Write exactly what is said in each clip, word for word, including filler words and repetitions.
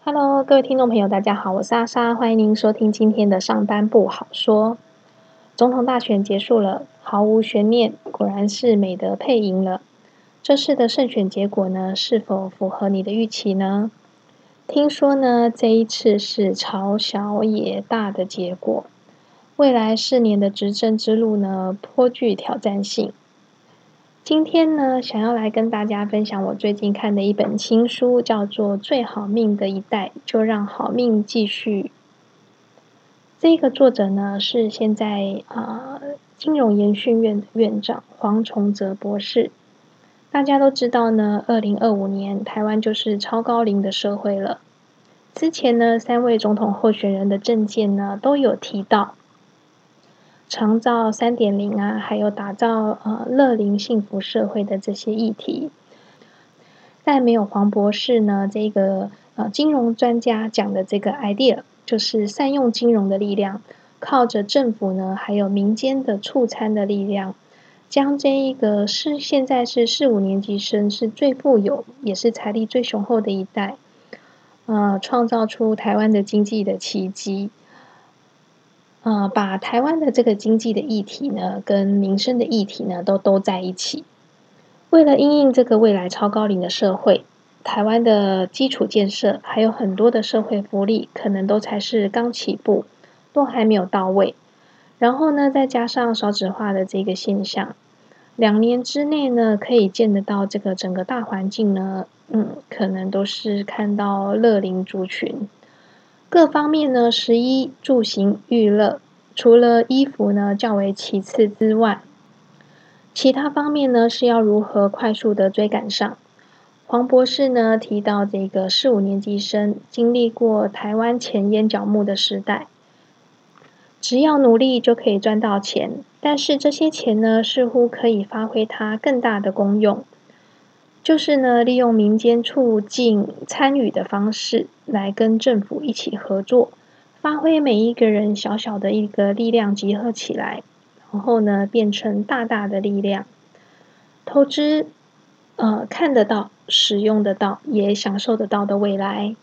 Hello，各位听众朋友，大家好，我是莎莎，欢迎您收听今天的上班不好说。总统大选结束了，毫无悬念，果然是美德配赢了。这次的胜选结果呢，是否符合你的预期呢？听说呢，这一次是朝小野大的结果，未来四年的执政之路呢，颇具挑战性。今天呢，想要来跟大家分享我最近看的一本新书，叫做《最好命的一代》，就让好命继续。这个作者呢是现在啊、呃、金融研训院的院长黄崇泽博士。大家都知道呢，二零二五年台湾就是超高龄的社会了。之前呢，三位总统候选人的政见呢都有提到。长照 三点零 啊，还有打造呃乐龄幸福社会的这些议题，但没有黄博士呢这个呃金融专家讲的这个 idea， 就是善用金融的力量，靠着政府呢还有民间的促参的力量，将这一个是现在是四五年级生是最富有也是财力最雄厚的一代，呃创造出台湾的经济的奇迹。呃，把台湾的这个经济的议题呢，跟民生的议题呢，都都在一起。为了因应这个未来超高龄的社会，台湾的基础建设还有很多的社会福利，可能都才是刚起步，都还没有到位。然后呢，再加上少子化的这个现象，两年之内呢，可以见得到这个整个大环境呢，嗯，可能都是看到乐龄族群。各方面呢，食衣住行娱乐，除了衣服呢较为其次之外，其他方面呢是要如何快速的追赶上。黄博士呢提到，这个四五年级生经历过台湾钱淹脚目的时代，只要努力就可以赚到钱，但是这些钱呢似乎可以发挥它更大的功用。就是呢，利用民间促进参与的方式，来跟政府一起合作，发挥每一个人小小的一个力量集合起来，然后呢，变成大大的力量。投资，呃，看得到、使用得到、也享受得到的未来。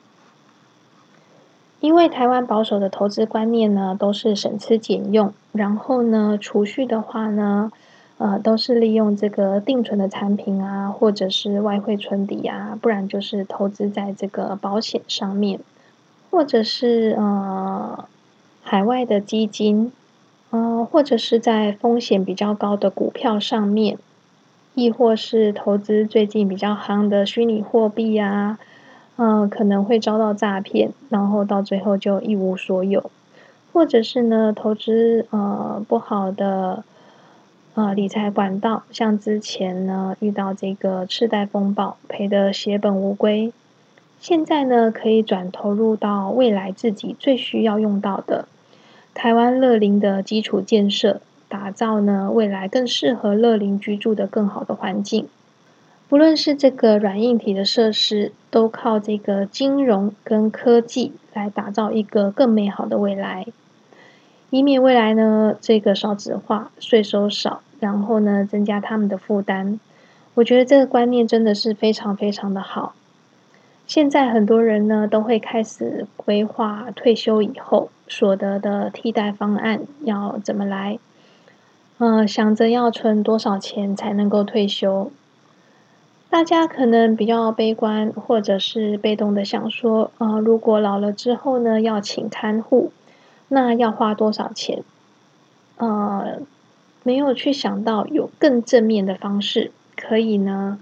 因为台湾保守的投资观念呢，都是省吃俭用，然后呢，储蓄的话呢，呃，都是利用这个定存的产品啊，或者是外汇存底啊，不然就是投资在这个保险上面，或者是呃海外的基金，呃，或者是在风险比较高的股票上面，亦或是投资最近比较夯的虚拟货币啊。嗯，可能会遭到诈骗，然后到最后就一无所有，或者是呢，投资呃不好的呃理财管道，像之前呢遇到这个次贷风暴，赔得血本无归，现在呢可以转投入到未来自己最需要用到的台湾乐龄的基础建设，打造呢未来更适合乐龄居住的更好的环境。不论是这个软硬体的设施，都靠这个金融跟科技来打造一个更美好的未来，以免未来呢这个少子化、税收少，然后呢增加他们的负担。我觉得这个观念真的是非常非常的好。现在很多人呢都会开始规划退休以后所得的替代方案要怎么来，呃，想着要存多少钱才能够退休。大家可能比较悲观，或者是被动的想说，呃，如果老了之后呢，要请看护，那要花多少钱？呃，没有去想到有更正面的方式，可以呢，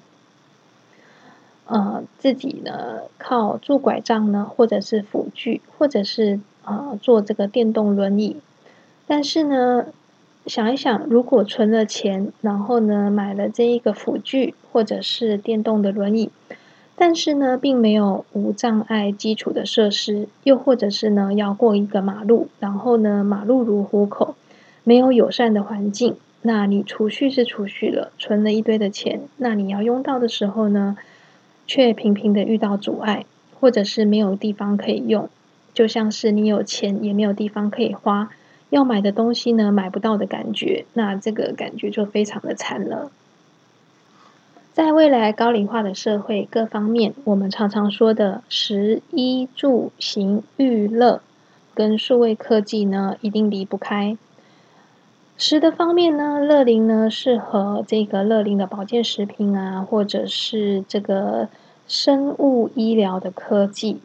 呃，自己呢靠拄拐杖呢，或者是辅具，或者是呃做这个电动轮椅，但是呢，想一想，如果存了钱，然后呢买了这一个辅具或者是电动的轮椅，但是呢并没有无障碍基础的设施，又或者是呢要过一个马路，然后呢马路如虎口，没有友善的环境，那你储蓄是储蓄了，存了一堆的钱，那你要用到的时候呢，却频频的遇到阻碍，或者是没有地方可以用，就像是你有钱也没有地方可以花。要买的东西呢，买不到的感觉，那这个感觉就非常的惨了。 在未来高龄化的社会各方面，我们常常说的食衣住行娱乐，跟数位科技呢一定离不开。食的方面呢，乐龄呢适合这个乐龄的保健食品啊，或者是这个生物医疗的科技。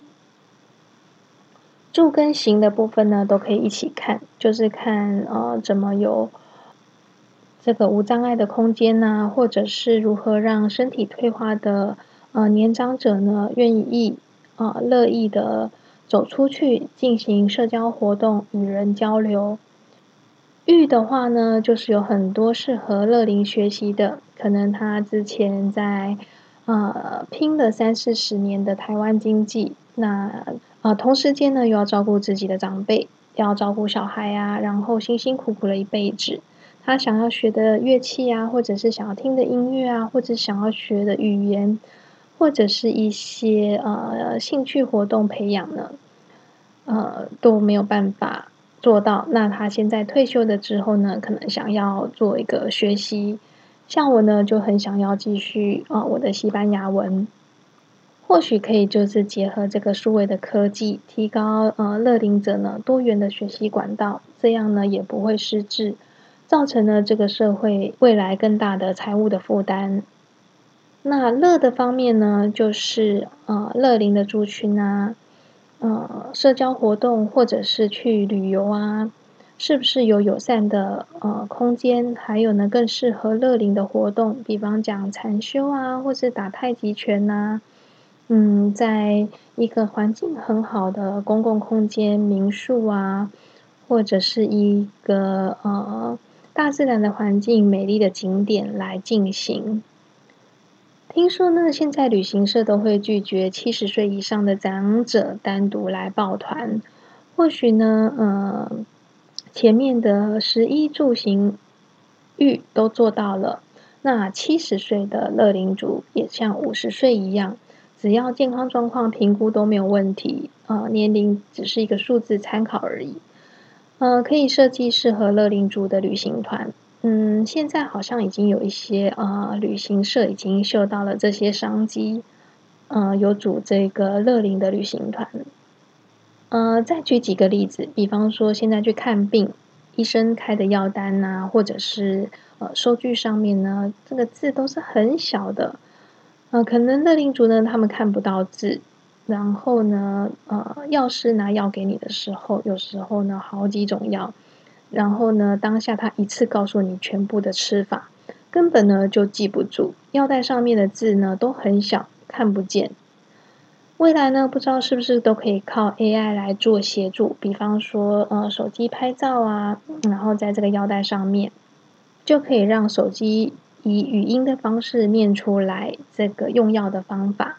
住跟行的部分呢，都可以一起看，就是看呃怎么有这个无障碍的空间呐、或者是如何让身体退化的呃年长者呢，愿意啊、呃乐意的走出去进行社交活动，与人交流。育的话呢，就是有很多适合乐龄学习的，可能他之前在呃拼了三四十年的台湾经济，那呃同时间呢又要照顾自己的长辈，要照顾小孩啊，然后辛辛苦苦了一辈子，他想要学的乐器啊，或者是想要听的音乐啊，或者想要学的语言，或者是一些呃兴趣活动培养呢，呃都没有办法做到。那他现在退休了之后呢，可能想要做一个学习，像我呢就很想要继续啊、呃我的西班牙文。或许可以就是结合这个数位的科技，提高呃乐龄者呢多元的学习管道，这样呢也不会失智，造成了这个社会未来更大的财务的负担。那乐的方面呢，就是呃乐龄的族群啊，呃社交活动或者是去旅游啊，是不是有友善的呃空间？还有呢更适合乐龄的活动，比方讲禅修啊，或是打太极拳呐、嗯，在一个环境很好的公共空间、民宿啊，或者是一个呃大自然的环境、美丽的景点来进行。听说呢，现在旅行社都会拒绝七十岁以上的长者单独来报团。或许呢，呃，前面的食衣住行育都做到了，那七十岁的乐龄族也像五十岁一样，只要健康状况评估都没有问题，呃，年龄只是一个数字参考而已。呃，可以设计适合乐龄族的旅行团。嗯，现在好像已经有一些呃旅行社已经嗅到了这些商机，呃，有组这个乐龄的旅行团。呃，再举几个例子，比方说现在去看病，医生开的药单呐、或者是呃收据上面呢，这个字都是很小的，呃，可能乐龄族呢他们看不到字，然后呢，呃，药师拿药给你的时候，有时候呢好几种药，然后呢当下他一次告诉你全部的吃法，根本呢就记不住，药袋上面的字呢都很小，看不见。未来呢，不知道是不是都可以靠 A I 来做协助，比方说，呃，手机拍照啊，然后在这个腰带上面，就可以让手机以语音的方式念出来这个用药的方法，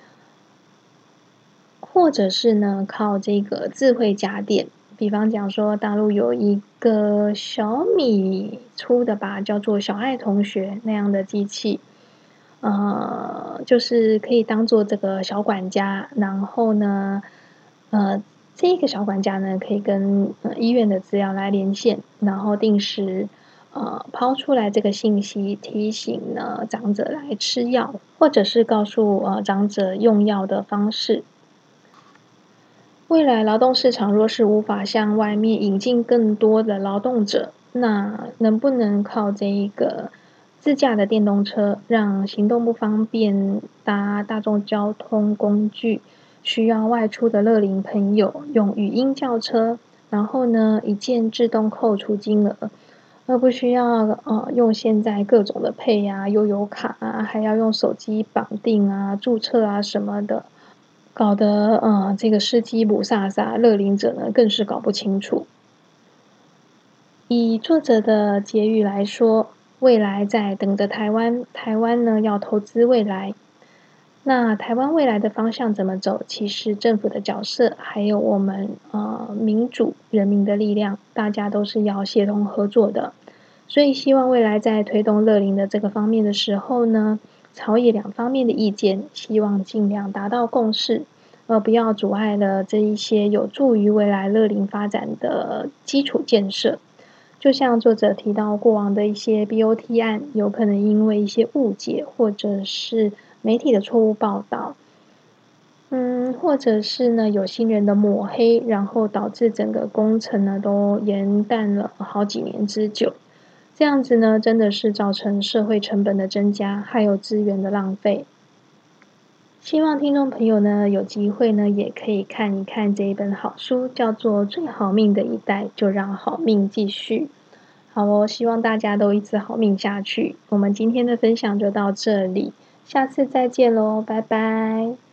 或者是呢，靠这个智慧家电，比方讲说，大陆有一个小米出的吧，叫做小爱同学那样的机器，呃，就是可以当做这个小管家，然后呢，呃，这个小管家呢，可以跟呃医院的资料来连线，然后定时呃抛出来这个信息，提醒呢长者来吃药，或者是告诉呃长者用药的方式。未来劳动市场若是无法向外面引进更多的劳动者，那能不能靠这一个自驾的电动车，让行动不方便搭大众交通工具，需要外出的乐龄朋友用语音叫车，然后呢一键自动扣除金额，而不需要呃用现在各种的配啊、悠游卡啊，还要用手机绑定啊、注册啊什么的。搞得呃这个司机不飒飒，乐龄者呢更是搞不清楚。以作者的结语来说，未来在等着台湾，台湾呢要投资未来。那台湾未来的方向怎么走？其实政府的角色，还有我们呃民主人民的力量，大家都是要协同合作的。所以希望未来在推动乐龄的这个方面的时候呢，朝野两方面的意见，希望尽量达到共识，而不要阻碍了这一些有助于未来乐龄发展的基础建设。 就像作者提到过往的一些 B O T 案，有可能因为一些误解或者是媒体的错误报道，嗯，或者是呢有心人的抹黑，然后导致整个工程呢都延宕了好几年之久。这样子呢，真的是造成社会成本的增加，还有资源的浪费。希望听众朋友呢有机会呢，也可以看一看这一本好书，叫做《最好命的一代》，就让好命继续。好哦，希望大家都一直好命下去。我们今天的分享就到这里，下次再见喽，拜拜。